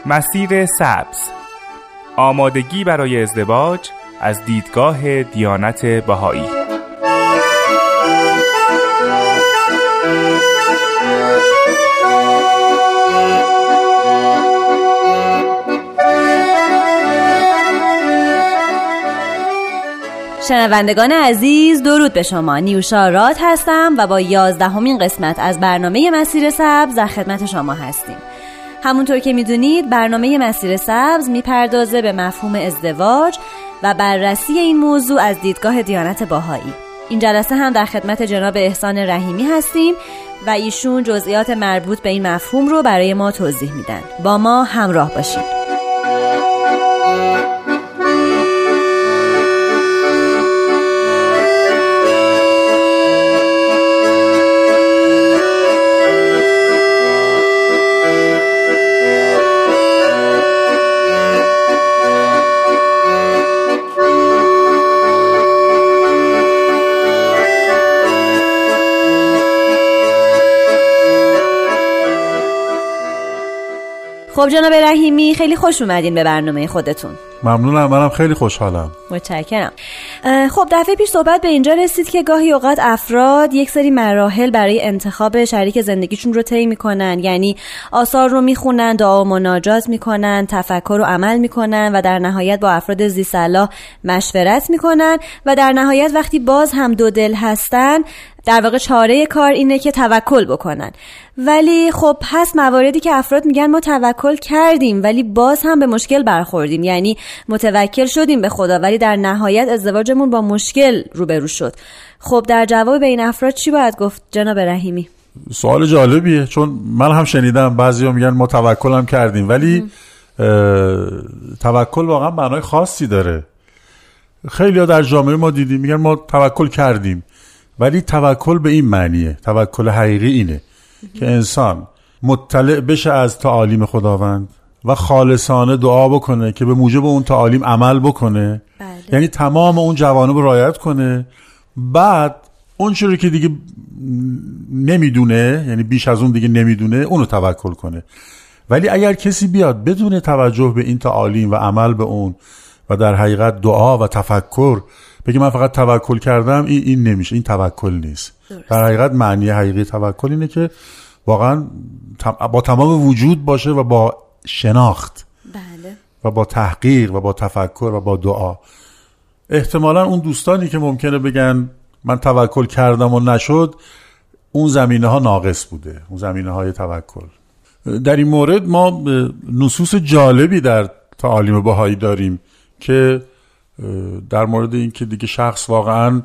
مسیر سبز، آمادگی برای ازدواج از دیدگاه دیانت بهایی. شنوندگان عزیز، درود به شما. نیوشا راد هستم و با 11مین قسمت از برنامه مسیر سبز در خدمت شما هستیم. همونطور که میدونید برنامه مسیر سبز میپردازه به مفهوم ازدواج و بررسی این موضوع از دیدگاه دیانت بهایی. این جلسه هم در خدمت جناب احسان رحیمی هستیم و ایشون جزئیات مربوط به این مفهوم رو برای ما توضیح میدن. با ما همراه باشید. خب جناب رحیمی، خیلی خوش اومدین به برنامه خودتون. ممنونم، منم خیلی خوشحالم. متشکرم. خب دفعه پیش صحبت به اینجا رسید که گاهی اوقات افراد یک سری مراحل برای انتخاب شریک زندگیشون رو طی میکنن، یعنی آثار رو میخونن، دعا و مناجات میکنن، تفکر و عمل میکنن و در نهایت با افراد ذی صلاح مشورت میکنن و در نهایت وقتی باز هم دو دل هستن، در واقع چاره کار اینه که توکل بکنن. ولی خب هست مواردی که افراد میگن ما توکل کردیم ولی باز هم به مشکل برخوردیم، یعنی متوکل شدیم به خدا ولی در نهایت ازدواجمون با مشکل روبرو شد. خب در جواب به این افراد چی باید گفت جناب رحیمی؟ سوال جالبیه، چون من هم شنیدم بعضیا میگن ما توکل هم کردیم ولی توکل واقعا معنای خاصی داره. خیلی‌ها در جامعه ما دیدیم میگن ما توکل کردیم، ولی توکل به این معنیه، توکل حقیقی اینه که انسان مطلع بشه از تعالیم خداوند و خالصانه دعا بکنه که به موجب اون تعالیم عمل بکنه. بله. یعنی تمام اون جوانب رو رعایت کنه، بعد اون چیزی که دیگه نمیدونه، یعنی بیش از اون دیگه نمیدونه، اونو توکل کنه. ولی اگر کسی بیاد بدون توجه به این تعالیم و عمل به اون و در حقیقت دعا و تفکر بگه من فقط توکل کردم، این نمیشه، این توکل نیست. درست. در حقیقت معنی حقیقی توکل اینه که واقعا با تمام وجود باشه و با شناخت. بله. و با تحقیق و با تفکر و با دعا. احتمالاً اون دوستانی که ممکنه بگن من توکل کردم و نشد، اون زمینه ها ناقص بوده، اون زمینه های توکل. در این مورد ما نصوص جالبی در تعالیم بهایی داریم که در مورد این که دیگه شخص واقعاً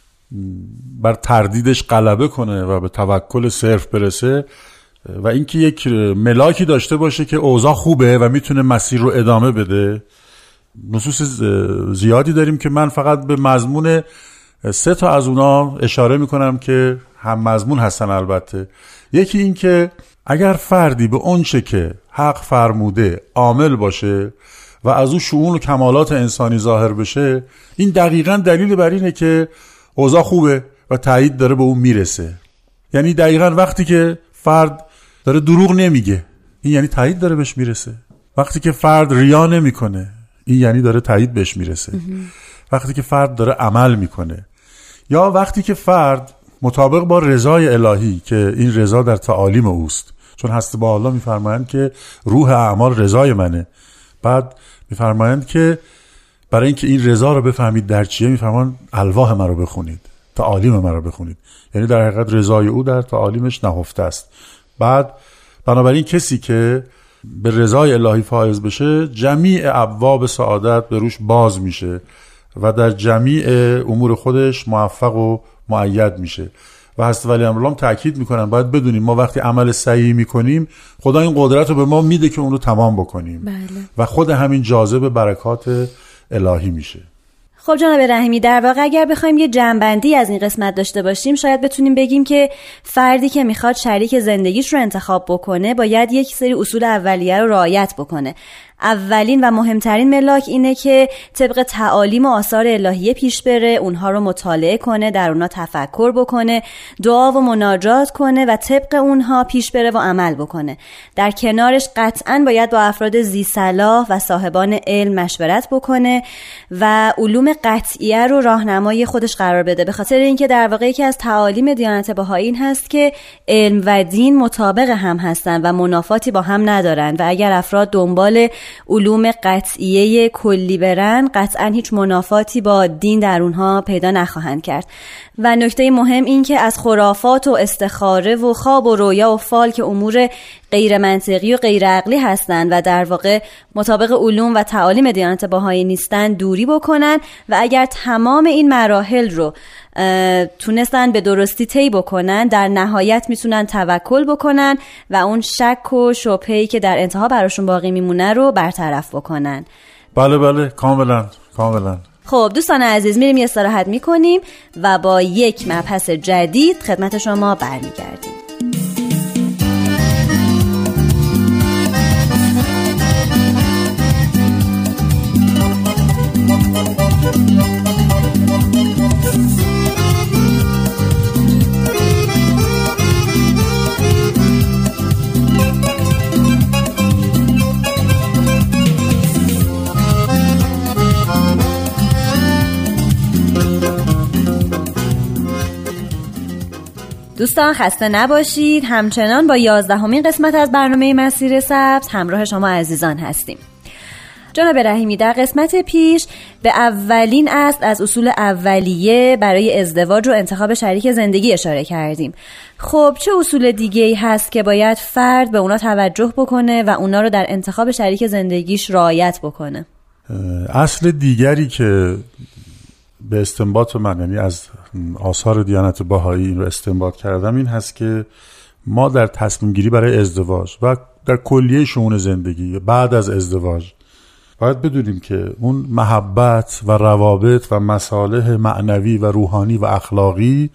بر تردیدش غلبه کنه و به توکل صرف برسه و اینکه یک ملاکی داشته باشه که اوضاع خوبه و میتونه مسیر رو ادامه بده. نصوص زیادی داریم که من فقط به مضمون 3 تا از اونا اشاره میکنم که هم مضمون هستن. البته یکی این که اگر فردی به اون چه که حق فرموده عامل باشه و از او شؤون و کمالات انسانی ظاهر بشه، این دقیقاً دلیل بر اینه که اوضاع خوبه و تایید داره به اون میرسه. یعنی دقیقاً وقتی که فرد داره دروغ نمیگه، این یعنی تایید داره بهش میرسه. وقتی که فرد ریا نمیکنه، این یعنی داره تایید بهش میرسه. وقتی که فرد داره عمل میکنه، یا وقتی که فرد مطابق با رضای الهی که این رضا در تعالیم اوست، چون هست با الله میفرمایند که روح اعمال رضای منه. بعد میفرمایند که برای اینکه این رضا رو بفهمید در چیه، میفرمایند الواح من رو بخونید، تعالیم من رو بخونید. یعنی در حقیقت رضای او در تعالیمش نهفته است. بعد بنابراین کسی که به رضای الهی فائز بشه، جمیع ابواب سعادت به روش باز میشه و در جمیع امور خودش موفق و مؤید میشه. و حضرت ولی امرالله تاکید میکنن باید بدونیم ما وقتی عمل صحیح میکنیم، خدا این قدرت رو به ما میده که اون رو تمام بکنیم. بله. و خود همین جاذب برکات الهی میشه. خب جناب رحیمی، در واقع اگر بخوایم یه جمع‌بندی از این قسمت داشته باشیم، شاید بتونیم بگیم که فردی که میخواد شریک زندگیش رو انتخاب بکنه باید یک سری اصول اولیه رو رعایت بکنه. اولین و مهمترین ملاک اینه که طبق تعالیم و آثار الهیه پیش بره، اونها رو مطالعه کنه، در اونها تفکر بکنه، دعا و مناجات کنه و طبق اونها پیش بره و عمل بکنه. در کنارش قطعاً باید با افراد ذی صلاح و صاحبان علم مشورت بکنه و علوم قطعیه رو راهنمای خودش قرار بده، به خاطر اینکه در واقع یکی از تعالیم دیانت بهایی این هست که علم و دین مطابق هم هستن و منافاتی با هم ندارن و اگر افراد دنبال علوم قطعیه کلی برن قطعا هیچ منافاتی با دین در اونها پیدا نخواهند کرد. و نکته مهم این که از خرافات و استخاره و خواب و رویا و فال که امور غیر منطقی و غیر عقلی هستند و در واقع مطابق علوم و تعالیم دیانت بهایی نیستن دوری بکنن و اگر تمام این مراحل رو تونستن به درستی طی بکنن در نهایت میتونن توکل بکنن و اون شک و شبهه‌ای که در انتها براشون باقی میمونه رو برطرف بکنن. بله کاملا. خب دوستان عزیز، میریم یه استراحت میکنیم و با یک مبحث جدید خدمت شما برمیگردیم. دوستان خسته نباشید، همچنان با 11مین قسمت از برنامه مسیر سبز همراه شما عزیزان هستیم. جناب رحیمی، در قسمت پیش به اولین اصل از اصول اولیه برای ازدواج و انتخاب شریک زندگی اشاره کردیم. خب چه اصول دیگه‌ای هست که باید فرد به اونا توجه بکنه و اونا رو در انتخاب شریک زندگیش رعایت بکنه؟ اصل دیگری که به استنباط من، یعنی از آثار دیانت بهایی این رو استنباط کردم، این هست که ما در تصمیم گیری برای ازدواج و در کلیه شئون زندگی بعد از ازدواج باید بدونیم که اون محبت و روابط و مصالح معنوی و روحانی و اخلاقی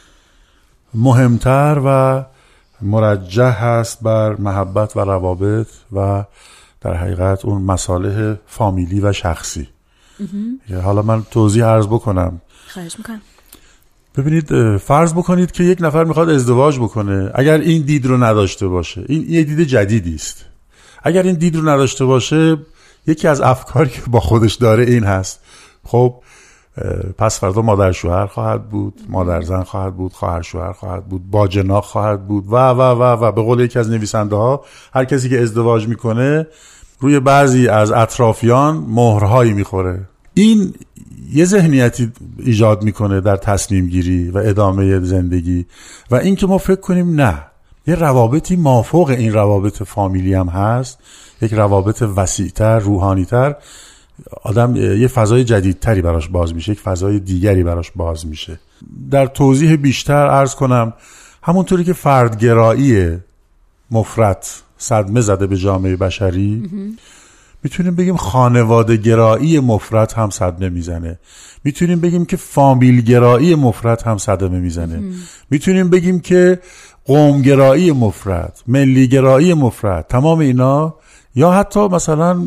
مهمتر و مرجح هست بر محبت و روابط و در حقیقت اون مصالح فامیلی و شخصی. حالا من توضیح عرض بکنم. خواهش میکنم. ببینید، فرض بکنید که یک نفر میخواد ازدواج بکنه. اگر این دید رو نداشته باشه، این یه دید جدیدی است. اگر این دید رو نداشته باشه، یکی از افکاری که با خودش داره این هست: خب پس فردا مادر شوهر خواهد بود، مادر زن خواهد بود، خواهر شوهر خواهد بود، باجناق خواهد بود و به قول یکی از نویسنده ها، هر کسی که ازدواج میکنه روی بعضی از اطرافیان مهرهایی میخوره. این یه ذهنیتی ایجاد میکنه در تصمیم گیری و ادامه زندگی و این که ما فکر کنیم نه، یه روابطی مافوق این روابط فامیلی هم هست، یک روابط وسیع‌تر، روحانی‌تر، آدم یه فضای جدیدتری براش باز میشه، یک فضای دیگری براش باز میشه. در توضیح بیشتر عرض کنم، همونطوری که فردگرایی مفرط صدمه زده به جامعه بشری، میتونیم بگیم خانواده گرایی مفرط هم صدمه میزنه. میتونیم بگیم که فامیل گرایی مفرط هم صدمه میزنه. میتونیم بگیم که قوم گرایی مفرط، ملی گرایی مفرط، تمام اینا، یا حتی مثلا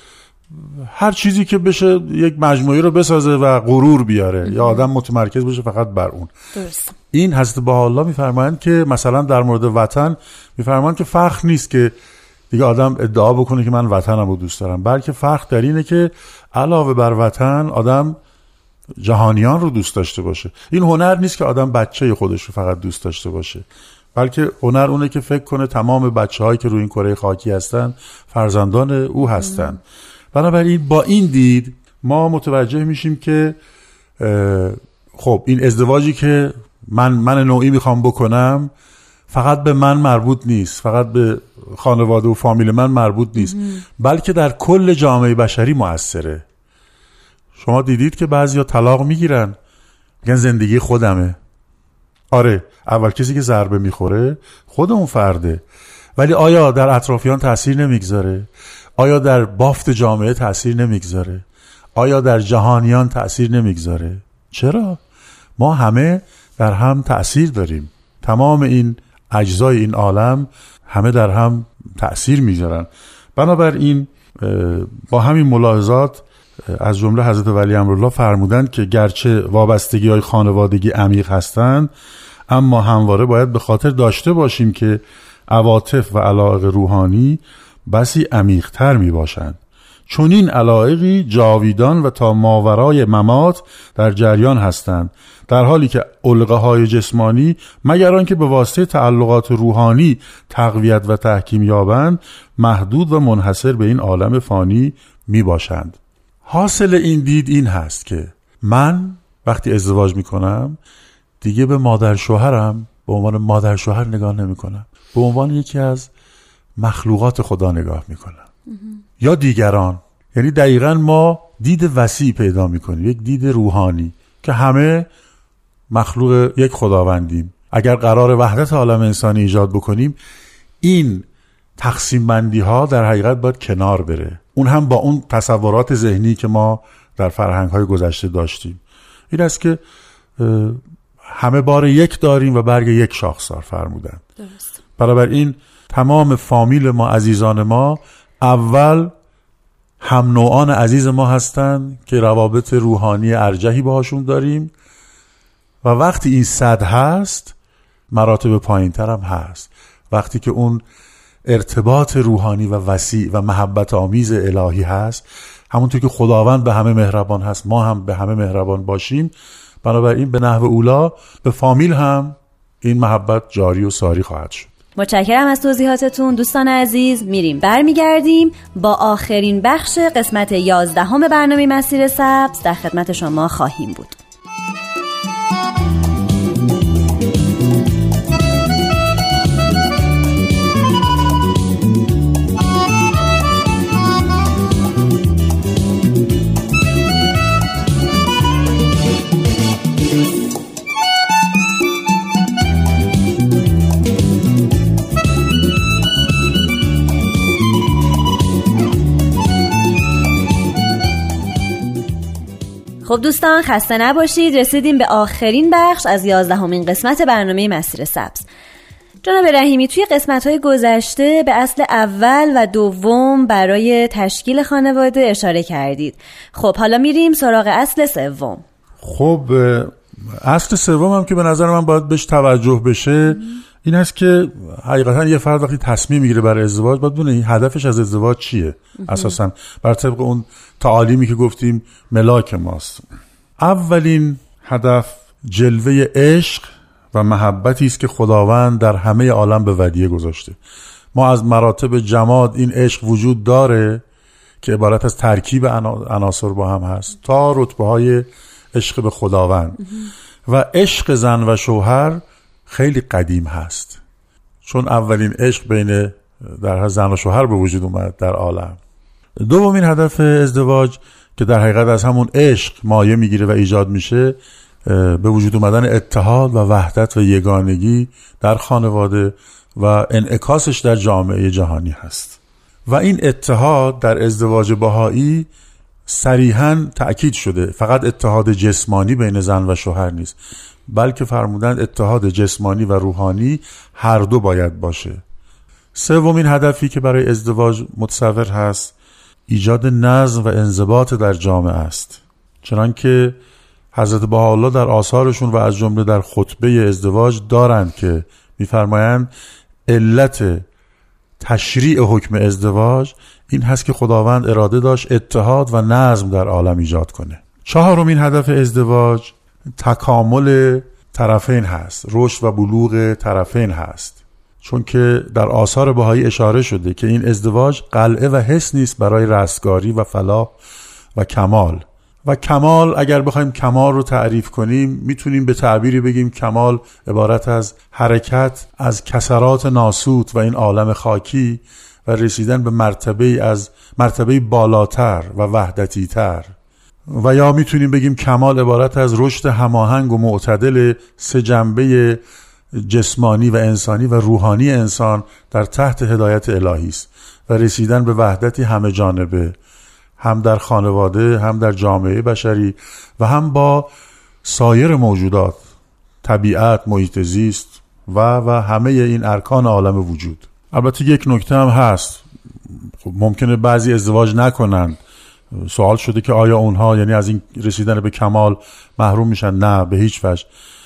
هر چیزی که بشه یک مجموعه رو بسازه و غرور بیاره یا آدم متمرکز بشه فقط بر اون. درست. این حضرت بهاءالله میفرمایند که مثلا در مورد وطن میفرمایند که فخر نیست که دیگه آدم ادعا بکنه که من وطنم رو دوست دارم، بلکه فخر در اینه که علاوه بر وطن آدم جهانیان رو دوست داشته باشه. این هنر نیست که آدم بچه خودش رو فقط دوست داشته باشه، بلکه هنر اونه که فکر کنه تمام بچه‌هایی که روی این کره خاکی هستن فرزندان او هستن. بنابراین با این دید ما متوجه میشیم که خب این ازدواجی که من نوعی میخوام بکنم فقط به من مربوط نیست، فقط به خانواده و فامیل من مربوط نیست، بلکه در کل جامعه بشری مؤثره. شما دیدید که بعضیا طلاق میگیرن، میگن زندگی خودمه. آره، اول کسی که ضربه میخوره خود اون فرده، ولی آیا در اطرافیان تأثیر نمیگذاره؟ آیا در بافت جامعه تأثیر نمیگذاره؟ آیا در جهانیان تأثیر نمیگذاره؟ چرا؟ ما همه در هم تأثیر داریم. تمام این اجزای این عالم همه در هم تأثیر میذارن. بنابراین با همین ملاحظات از جمله حضرت ولی امرالله فرمودند که گرچه وابستگی‌های خانوادگی عمیق هستند، اما همواره باید به خاطر داشته باشیم که عواطف و علایق روحانی بسی عمیق‌تر میباشند، چون این علایقی جاویدان و تا ماورای ممات در جریان هستند، در حالی که علقه‌های جسمانی مگر آنکه به واسطه تعلقات روحانی تقویت و تحکیم یابند محدود و منحصر به این عالم فانی می باشند. حاصل این دید این هست که من وقتی ازدواج می کنم دیگه به مادر شوهرم به عنوان مادر شوهر نگاه نمی کنم، به عنوان یکی از مخلوقات خدا نگاه می کنم یا دیگران. یعنی دقیقاً ما دید وسیع پیدا می کنیم، یک دید روحانی که همه مخلوق یک خداوندیم. اگر قرار وحدت عالم انسانی ایجاد بکنیم این تقسیم بندی ها در حقیقت باید کنار بره، اون هم با اون تصورات ذهنی که ما در فرهنگ های گذشته داشتیم. این است که همه بار یک داریم و برگ یک شاخسار فرمودن. درست. بنابراین تمام فامیل ما، عزیزان ما، اول هم نوعان عزیز ما هستند که روابط روحانی ارجحی باهاشون داریم و وقتی این صد هست مراتب پایین تر هم هست. وقتی که اون ارتباط روحانی و وسیع و محبت آمیز الهی هست، همونطور که خداوند به همه مهربان هست ما هم به همه مهربان باشیم، بنابراین به نحو اولا به فامیل هم این محبت جاری و ساری خواهد شد. متشکرم از توضیحاتتون دوستان عزیز. برمیگردیم با آخرین بخش قسمت 11 برنامه مسیر سبز در خدمت شما خواهیم بود. خب دوستان خسته نباشید، رسیدیم به آخرین بخش از 11مین قسمت برنامه مسیر سبز. جناب رحیمی، توی قسمت‌های گذشته به اصل اول و دوم برای تشکیل خانواده اشاره کردید. خب حالا میریم سراغ اصل سوم. خب اصل سوم هم که به نظر من باید بهش توجه بشه این است که حقیقتا یه فرد وقتی تصمیم میگیره برای ازدواج باید بدونه هدفش از ازدواج چیه. اساسا بر طبق اون تعالیمی که گفتیم ملاک ماست. اولین هدف جلوه عشق و محبتی است که خداوند در همه عالم به ودیعه گذاشته. ما از مراتب جماد این عشق وجود داره که عبارت از ترکیب عناصر با هم هست تا رتبه های عشق به خداوند. و عشق زن و شوهر خیلی قدیم هست، چون اولین عشق بین در زن و شوهر به وجود اومد در عالم. دومین هدف ازدواج که در حقیقت از همون عشق مایه میگیره و ایجاد میشه به وجود اومدن اتحاد و وحدت و یگانگی در خانواده و انعکاسش در جامعه جهانی هست. و این اتحاد در ازدواج بهایی صریحاً تأکید شده. فقط اتحاد جسمانی بین زن و شوهر نیست، بلکه فرمودند اتحاد جسمانی و روحانی هر دو باید باشه. سومین هدفی که برای ازدواج متصور هست ایجاد نظم و انضباط در جامعه است، چنانکه حضرت بهاءالله در آثارشون و از جمله در خطبه ازدواج دارند که می‌فرمایند علت تشریع حکم ازدواج این هست که خداوند اراده داشت اتحاد و نظم در عالم ایجاد کنه. چهارمین هدف ازدواج تکامل طرفین هست، رشد و بلوغ طرفین هست، چون که در آثار بهایی اشاره شده که این ازدواج قلعه و حصن نیست برای رستگاری و فلاح و کمال. و کمال اگر بخوایم کمال رو تعریف کنیم میتونیم به تعبیری بگیم کمال عبارت از حرکت از کسرات ناسوت و این عالم خاکی و رسیدن به مرتبه بالاتر و وحدتی تر. و یا میتونیم بگیم کمال عبارت از رشد هماهنگ و معتدل سه جنبه جسمانی و انسانی و روحانی انسان در تحت هدایت الهی است و رسیدن به وحدتی همه جانبه، هم در خانواده، هم در جامعه بشری و هم با سایر موجودات، طبیعت، محیط زیست و همه این ارکان عالم وجود. البته یک نکته هم هست، خب ممکنه بعضی ازدواج نکنن. سوال شده که آیا اونها یعنی از این رسیدن به کمال محروم میشن؟ نه، به هیچ وجه.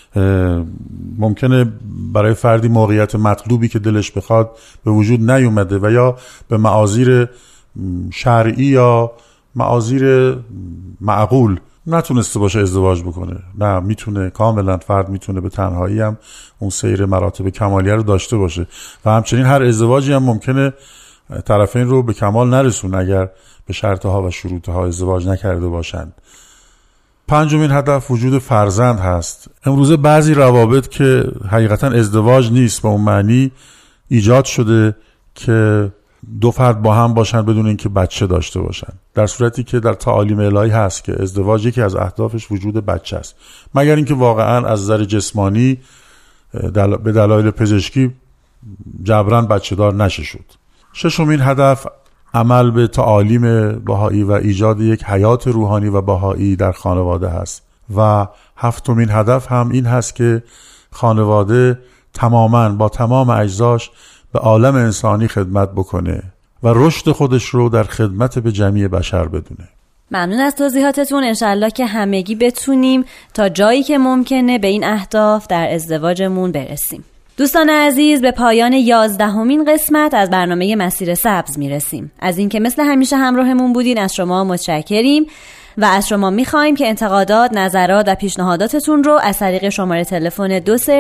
ممکنه برای فردی موقعیت مطلوبی که دلش بخواد به وجود نیومده و یا به معاذیر شرعی یا معاذیر معقول نتونسته باشه ازدواج بکنه. نه، میتونه کاملا فرد میتونه به تنهایی هم اون سیر مراتب کمالیه رو داشته باشه و همچنین هر ازدواجی هم ممکنه طرفین رو به کمال نرسونه اگر به شرطها و شروطها ازدواج نکرده باشند. پنجمین هدف وجود فرزند هست. امروزه بعضی روابط که حقیقتا ازدواج نیست به اون معنی ایجاد شده که دو فرد با هم باشن بدون اینکه بچه داشته باشن، در صورتی که در تعالیم الهی هست که ازدواج یکی از اهدافش وجود بچه است، مگر اینکه واقعا از نظر جسمانی به دلایل پزشکی جبران بچه دار نشه شد. ششمین هدف عمل به تعالیم بهایی و ایجاد یک حیات روحانی و بهایی در خانواده هست و هفتمین هدف هم این هست که خانواده تماماً با تمام اجزاش به عالم انسانی خدمت بکنه و رشد خودش رو در خدمت به جمیع بشر بدونه. ممنون از توضیحاتتون. انشالله که همگی بتونیم تا جایی که ممکنه به این اهداف در ازدواجمون برسیم. دوستان عزیز، به پایان 11مین قسمت از برنامه مسیر سبز میرسیم. از اینکه مثل همیشه همراهمون بودین از شما متشکریم و از شما میخوایم که انتقادات، نظرات و پیشنهاداتتون رو از طریق شماره تلفن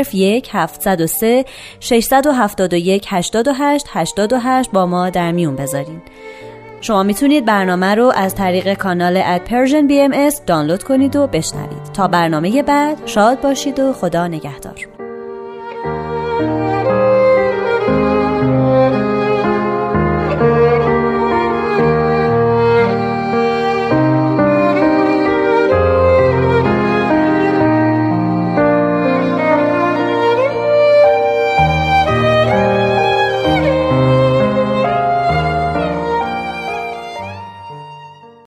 201-703-671-88-88 با ما در میون بذارین. شما میتونید برنامه رو از طریق کانال @Persian BMS دانلود کنید و بشنوید. تا برنامه بعد شاد باشید و خدا نگهدار.